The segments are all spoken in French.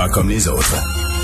Pas comme les autres.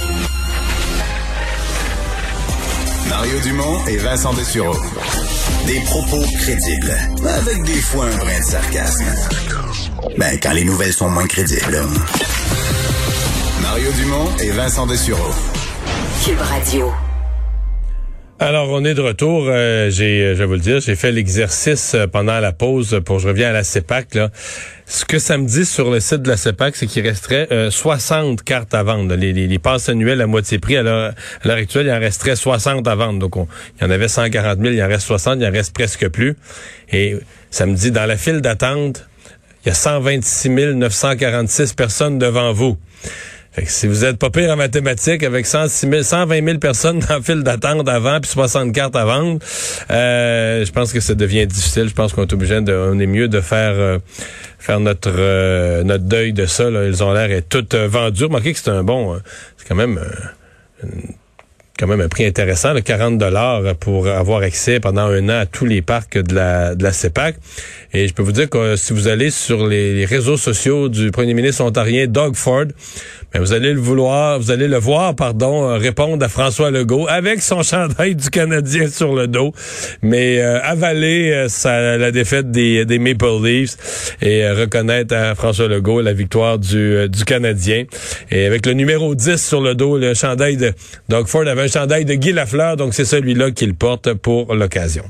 Mario Dumont et Vincent Dessureau. Des propos crédibles, avec des fois un brin de sarcasme. Ben, quand les nouvelles sont moins crédibles. Mario Dumont et Vincent Dessureau. Cube Radio. Alors, on est de retour. Je vais vous le dire, j'ai fait l'exercice pendant la pause je reviens à la CEPAC, là. Ce que ça me dit sur le site de la CEPAC, c'est qu'il resterait 60 cartes à vendre. Les passes annuelles à moitié prix, à l'heure actuelle, il en resterait 60 à vendre. Donc, il y en avait 140 000, il en reste 60, il en reste presque plus. Et ça me dit, dans la file d'attente, il y a 126 946 personnes devant vous. Fait que si vous êtes pas pire en mathématiques, avec 120 000 personnes dans le file d'attente avant, puis 60 cartes à vendre, je pense que ça devient difficile. Je pense qu'on est obligé on est mieux de faire notre deuil de ça. Là. Ils ont l'air toutes vendues. Remarquez que c'est c'est quand même un prix intéressant, le 40$ pour avoir accès pendant un an à tous les parcs de la CEPAC. Et je peux vous dire que si vous allez sur les réseaux sociaux du premier ministre ontarien Doug Ford, ben vous allez le voir, répondre à François Legault avec son chandail du Canadien sur le dos, mais avaler la défaite des Maple Leafs et reconnaître à François Legault la victoire du Canadien. Et avec le numéro 10 sur le dos, le chandail de Doug Ford avait un chandail de Guy Lafleur, donc c'est celui-là qu'il porte pour l'occasion.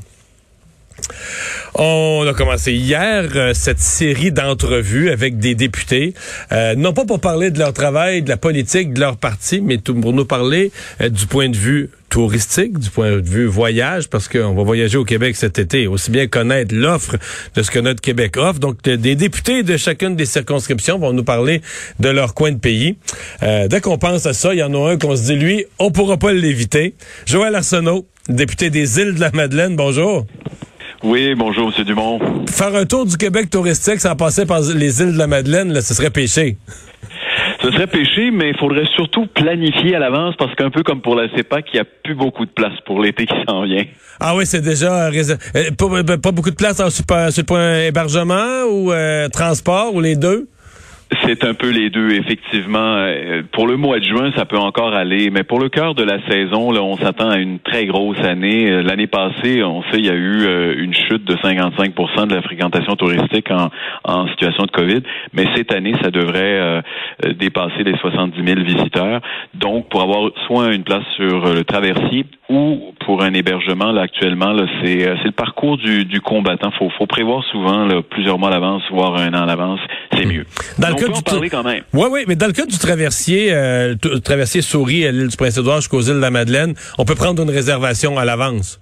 On a commencé hier cette série d'entrevues avec des députés, non pas pour parler de leur travail, de la politique, de leur parti, mais pour nous parler du point de vue touristique, du point de vue voyage, parce qu'on va voyager au Québec cet été, aussi bien connaître l'offre de ce que notre Québec offre. Donc, des députés de chacune des circonscriptions vont nous parler de leur coin de pays. Dès qu'on pense à ça, il y en a un qu'on se dit, lui, on pourra pas l'éviter. Joël Arsenault, député des Îles-de-la-Madeleine, bonjour. Oui, bonjour, M. Dumont. Faire un tour du Québec touristique sans passer par les îles de la Madeleine, là, ce serait péché. Ce serait péché, mais il faudrait surtout planifier à l'avance parce qu'un peu comme pour la CEPAC, il n'y a plus beaucoup de place pour l'été qui s'en vient. Ah oui, c'est déjà pas beaucoup de place sur le point hébergement ou transport ou les deux? C'est un peu les deux, effectivement. Pour le mois de juin, ça peut encore aller, mais pour le cœur de la saison, là, on s'attend à une très grosse année. L'année passée, on sait, il y a eu une chute de 55% de la fréquentation touristique en situation de COVID, mais cette année, ça devrait dépasser les 70 000 visiteurs. Donc, pour avoir soit une place sur le traversier ou pour un hébergement, là, actuellement, là, c'est le parcours du combattant. Faut prévoir souvent, là, plusieurs mois à l'avance, voire un an à l'avance, c'est mieux. On peut en parler quand même. Oui, mais dans le cas du traversier, traversier Souris à l'île du Prince-Édouard jusqu'aux îles de la Madeleine, on peut prendre une réservation à l'avance.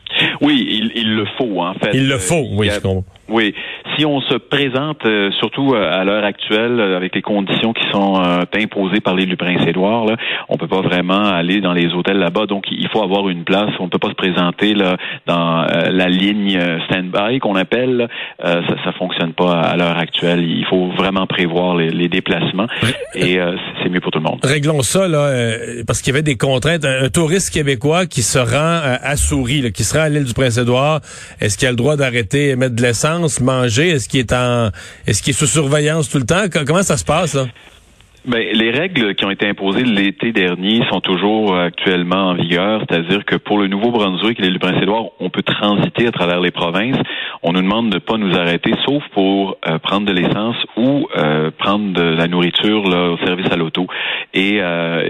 Oui, il le faut, en fait. Il le faut, oui, je comprends. Oui. Si on se présente, surtout à l'heure actuelle, avec les conditions qui sont imposées par l'île du Prince-Édouard, là, on peut pas vraiment aller dans les hôtels là-bas. Donc, il faut avoir une place. On ne peut pas se présenter là dans la ligne stand-by qu'on appelle. Ça fonctionne pas à l'heure actuelle. Il faut vraiment prévoir les déplacements et c'est mieux pour tout le monde. Réglons ça là, parce qu'il y avait des contraintes. Un touriste québécois qui se rend à Souris, là, qui se rend à l'île du Prince-Édouard, est-ce qu'il a le droit d'arrêter, mettre de l'essence, manger? Est-ce qu'il est sous surveillance tout le temps? Comment ça se passe, là? Ben, les règles qui ont été imposées l'été dernier sont toujours actuellement en vigueur, c'est-à-dire que pour le Nouveau-Brunswick et l'île du Prince-Édouard, on peut transiter à travers les provinces. On nous demande de ne pas nous arrêter, sauf pour prendre de l'essence ou prendre de la nourriture là, au service à l'auto. Et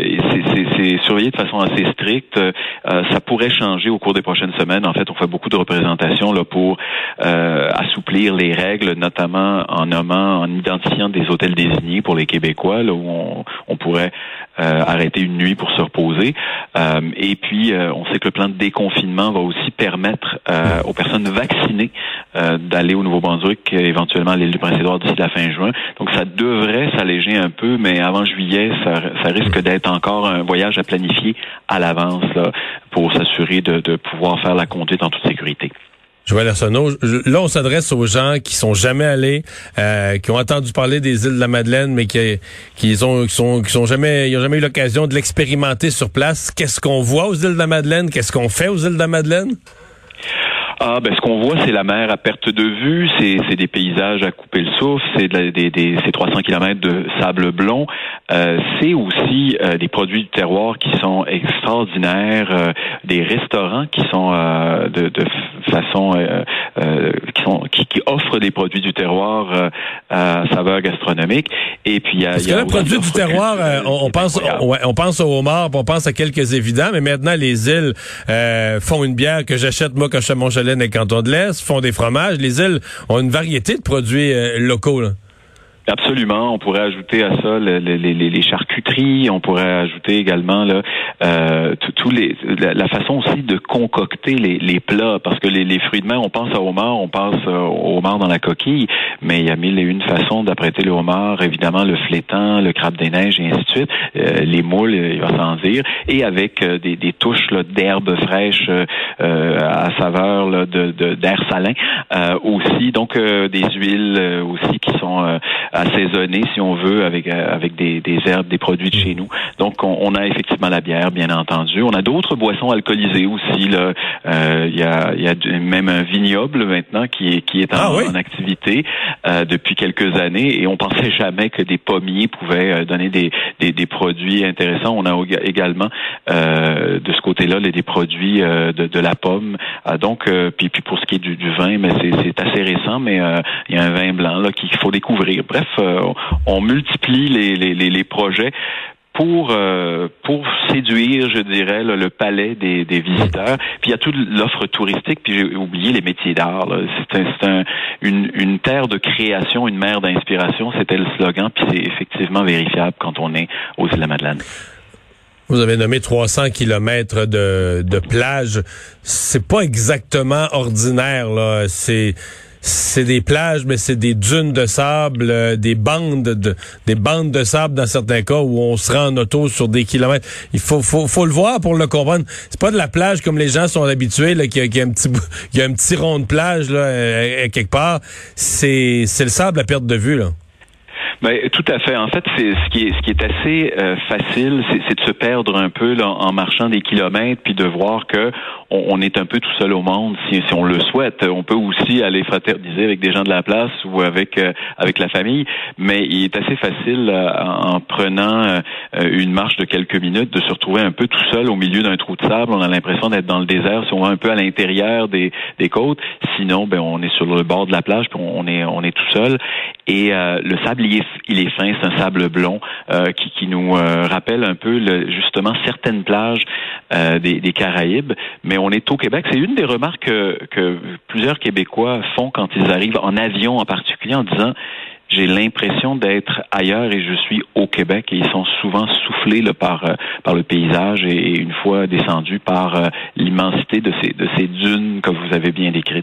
c'est surveillé de façon assez stricte. Ça pourrait changer au cours des prochaines semaines. En fait, on fait beaucoup de représentations là pour assouplir les règles, notamment en identifiant des hôtels désignés pour les Québécois, là, où on pourrait arrêter une nuit pour se reposer. Et puis, on sait que le plan de déconfinement va aussi permettre aux personnes vaccinées d'aller au Nouveau-Brunswick, éventuellement à l'île du Prince-Édouard d'ici la fin juin. Donc, ça devrait s'alléger un peu, mais avant juillet, ça risque d'être encore un voyage à planifier à l'avance là, pour s'assurer de pouvoir faire la conduite en toute sécurité. Joël Arsenault, là, on s'adresse aux gens qui sont jamais allés, qui ont entendu parler des îles de la Madeleine, mais ils ont jamais eu l'occasion de l'expérimenter sur place. Qu'est-ce qu'on voit aux îles de la Madeleine? Qu'est-ce qu'on fait aux îles de la Madeleine? Ce qu'on voit, c'est la mer à perte de vue, c'est des paysages à couper le souffle, c'est 300 kilomètres de sable blond, c'est aussi des produits du terroir qui sont extraordinaires, des restaurants qui sont de façon qui offrent des produits du terroir à saveur gastronomique. Et puis parce que le produit du terroir, on pense au homard, on pense à quelques évidents, mais maintenant les îles font une bière que j'achète moi quand je fais mon chalet dans les cantons de l'Est, font des fromages. Les îles ont une variété de produits locaux, là. Absolument, on pourrait ajouter à ça les charcuteries, on pourrait ajouter également là la façon aussi de concocter les plats, parce que les fruits de mer, on pense au homard dans la coquille, mais il y a mille et une façons d'apprêter le homard, évidemment le flétan, le crabe des neiges et ainsi de suite, les moules, il va s'en dire, et avec des touches là, d'herbes fraîches à saveur là, d'air salin aussi, donc des huiles aussi qui sont assaisonner, si on veut, avec des herbes, des produits de chez nous. Donc, on a effectivement la bière, bien entendu. On a d'autres boissons alcoolisées aussi. Là, il y a même un vignoble maintenant qui est en activité depuis quelques années, et on pensait jamais que des pommiers pouvaient donner des produits intéressants. On a également de ce côté-là des produits de la pomme. Donc, puis pour ce qui est du vin, mais c'est assez récent, mais il y a un vin blanc là qu'il faut découvrir. Bref, on multiplie les projets pour séduire, je dirais, là, le palais des visiteurs. Puis il y a toute l'offre touristique, puis j'ai oublié les métiers d'art. Là. C'est une terre de création, une mer d'inspiration, c'était le slogan, puis c'est effectivement vérifiable quand on est aux Îles-de-la-Madeleine. Vous avez nommé 300 kilomètres de plage. C'est pas exactement ordinaire, là. C'est des plages, mais c'est des dunes de sable, des bandes de sable dans certains cas où on se rend en auto sur des kilomètres. Il faut le voir pour le comprendre. C'est pas de la plage comme les gens sont habitués, là, qu'il y a un petit rond de plage là quelque part. C'est le sable à perte de vue, là. Ben, tout à fait. En fait, c'est ce qui est assez facile, c'est de se perdre un peu là, en marchant des kilomètres, puis de voir que on est un peu tout seul au monde. Si on le souhaite, on peut aussi aller fraterniser avec des gens de la place ou avec la famille. Mais il est assez facile en prenant une marche de quelques minutes de se retrouver un peu tout seul au milieu d'un trou de sable. On a l'impression d'être dans le désert si on va un peu à l'intérieur des côtes. Sinon, ben on est sur le bord de la plage, puis on est tout seul. Et le sable, il est fin, c'est un sable blond qui nous rappelle un peu justement certaines plages des Caraïbes. Mais on est au Québec. C'est une des remarques que plusieurs Québécois font quand ils arrivent en avion en particulier, en disant j'ai l'impression d'être ailleurs et je suis au Québec, et ils sont souvent soufflés là, par le paysage et une fois descendus par l'immensité de ces dunes que vous avez bien décrites.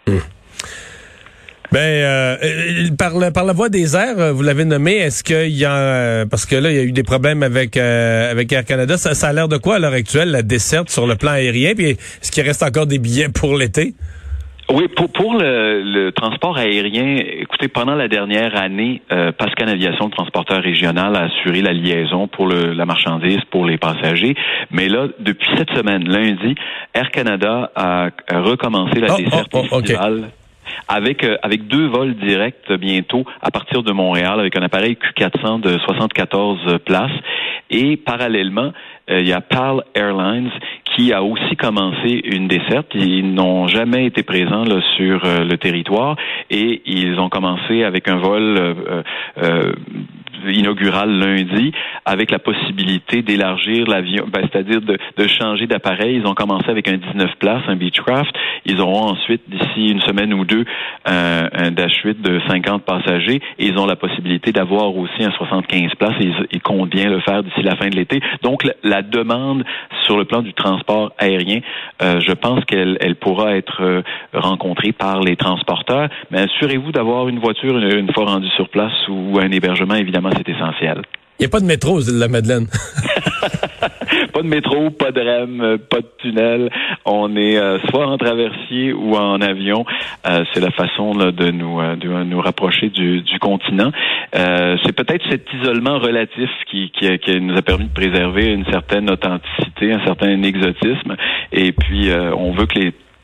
Par la voie des airs, vous l'avez nommé, est-ce qu'il y a parce que là il y a eu des problèmes avec Air Canada, ça a l'air de quoi à l'heure actuelle la desserte sur le plan aérien, puis est-ce qu'il reste encore des billets pour l'été? Oui, pour le transport aérien, écoutez, pendant la dernière année, Pascan Aviation, le transporteur régional, a assuré la liaison pour la marchandise pour les passagers. Mais là, depuis cette semaine, lundi, Air Canada a recommencé la desserte estivale. Okay. Avec 2 vols directs bientôt à partir de Montréal avec un appareil Q400 de 74 places. Et parallèlement, il y a PAL Airlines qui a aussi commencé une desserte. Ils n'ont jamais été présents là, sur le territoire, et ils ont commencé avec un vol inaugural lundi, avec la possibilité d'élargir l'avion, c'est-à-dire de changer d'appareil. Ils ont commencé avec un 19 places, un Beechcraft. Ils auront ensuite, d'ici une semaine ou deux, un Dash 8 de 50 passagers, et ils ont la possibilité d'avoir aussi un 75 places, et ils comptent bien le faire d'ici la fin de l'été. Donc, la demande sur le plan du transport aérien, je pense qu'elle pourra être rencontrée par les transporteurs, mais assurez-vous d'avoir une voiture une fois rendue sur place, ou un hébergement, évidemment, c'est essentiel. Il n'y a pas de métro aux Îles-de-la-Madeleine. Pas de métro, pas de REM, pas de tunnel. On est soit en traversier ou en avion. C'est la façon là, de nous rapprocher du continent. C'est peut-être cet isolement relatif qui nous a permis de préserver une certaine authenticité, un certain exotisme. Et puis, on veut que les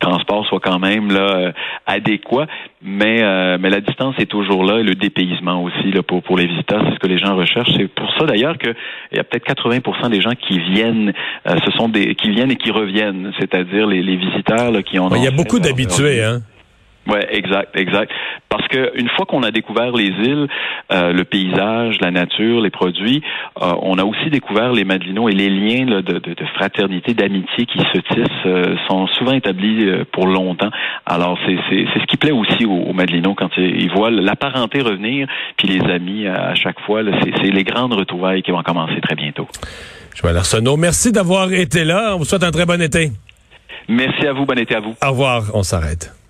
transport soit quand même là adéquat, mais la distance est toujours là et le dépaysement aussi là pour les visiteurs, c'est ce que les gens recherchent. C'est pour ça d'ailleurs que il y a peut-être 80% des gens qui viennent, qui viennent et qui reviennent, c'est-à-dire les visiteurs là, qui ont. Il y a beaucoup d'habitués, hein. Ouais, exact. Parce que une fois qu'on a découvert les îles, le paysage, la nature, les produits, on a aussi découvert les Madelinots et les liens là, de fraternité, d'amitié qui se tissent sont souvent établis pour longtemps. Alors c'est ce qui plaît aussi aux Madelinots quand ils voient la parenté revenir, puis les amis à chaque fois. Là, c'est les grandes retrouvailles qui vont commencer très bientôt. Joël Arsenault, merci d'avoir été là. On vous souhaite un très bon été. Merci à vous, bon été à vous. Au revoir, on s'arrête.